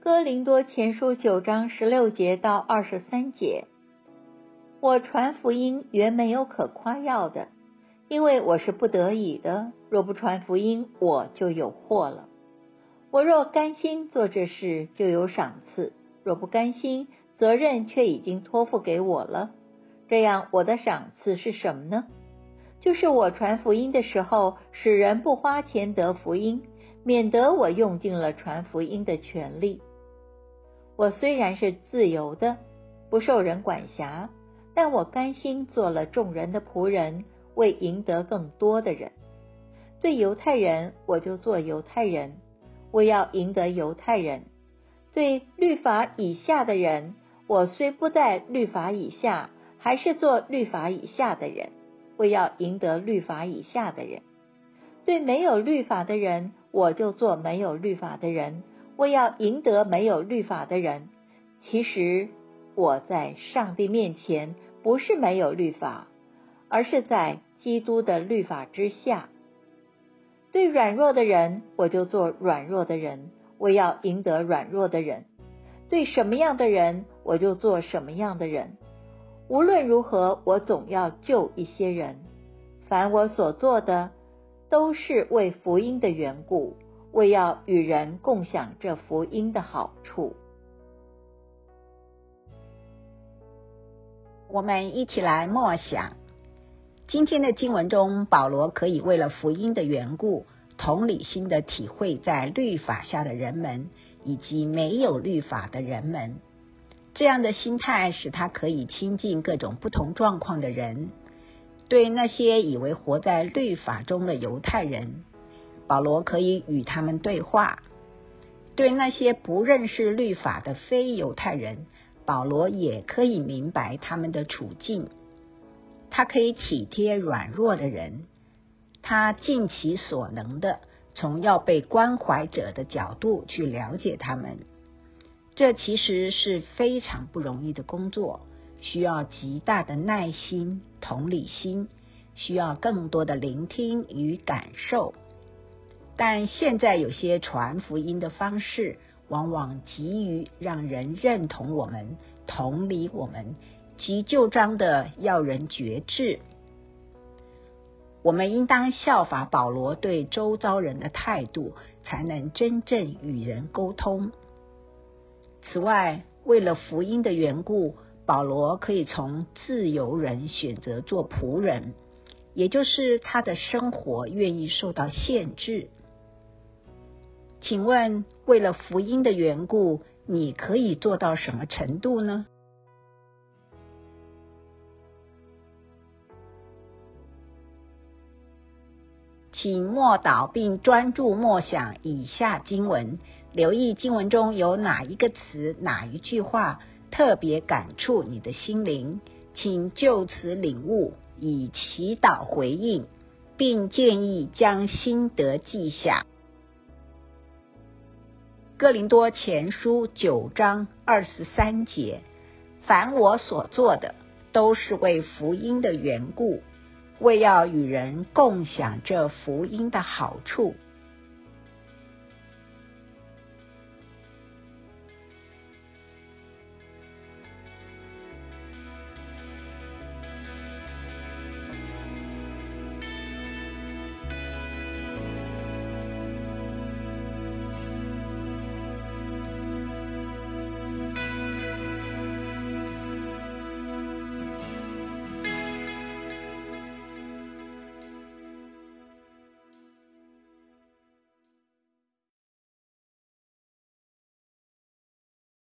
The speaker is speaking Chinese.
哥林多前书9章16节到23节，我传福音原没有可夸耀的，因为我是不得已的，若不传福音，我就有祸了。我若甘心做这事，就有赏赐；若不甘心，责任却已经托付给我了。这样，我的赏赐是什么呢？就是我传福音的时候，使人不花钱得福音，免得我用尽了传福音的权利。我虽然是自由的，不受人管辖，但我甘心做了众人的仆人，为赢得更多的人。对犹太人，我就做犹太人，我要赢得犹太人；对律法以下的人，我虽不在律法以下，还是做律法以下的人，我要赢得律法以下的人；对没有律法的人，我就做没有律法的人，我要赢得没有律法的人。其实我在上帝面前不是没有律法，而是在基督的律法之下。对软弱的人，我就做软弱的人，我要赢得软弱的人；对什么样的人，我就做什么样的人。无论如何，我总要救一些人。凡我所做的，都是为福音的缘故，为要与人共享这福音的好处。 我们一起来默想今天的经文中，保罗可以为了福音的缘故，同理心的体会在律法下的人们以及没有律法的人们。这样的心态使他可以亲近各种不同状况的人。对那些以为活在律法中的犹太人，保罗可以与他们对话；对那些不认识律法的非犹太人，保罗也可以明白他们的处境。他可以体贴软弱的人，他尽其所能的从要被关怀者的角度去了解他们。这其实是非常不容易的工作，需要极大的耐心、同理心，需要更多的聆听与感受。但现在有些传福音的方式，往往急于让人认同我们、同理我们，急就章的要人觉志。我们应当效法保罗对周遭人的态度，才能真正与人沟通。此外，为了福音的缘故，保罗可以从自由人选择做仆人，也就是他的生活愿意受到限制。请问，为了福音的缘故，你可以做到什么程度呢？请默祷并专注默想以下经文，留意经文中有哪一个词、哪一句话特别感触你的心灵，请就此领悟，以祈祷回应，并建议将心得记下。哥林多前书9章23节，凡我所做的，都是为福音的缘故，为要与人共享这福音的好处。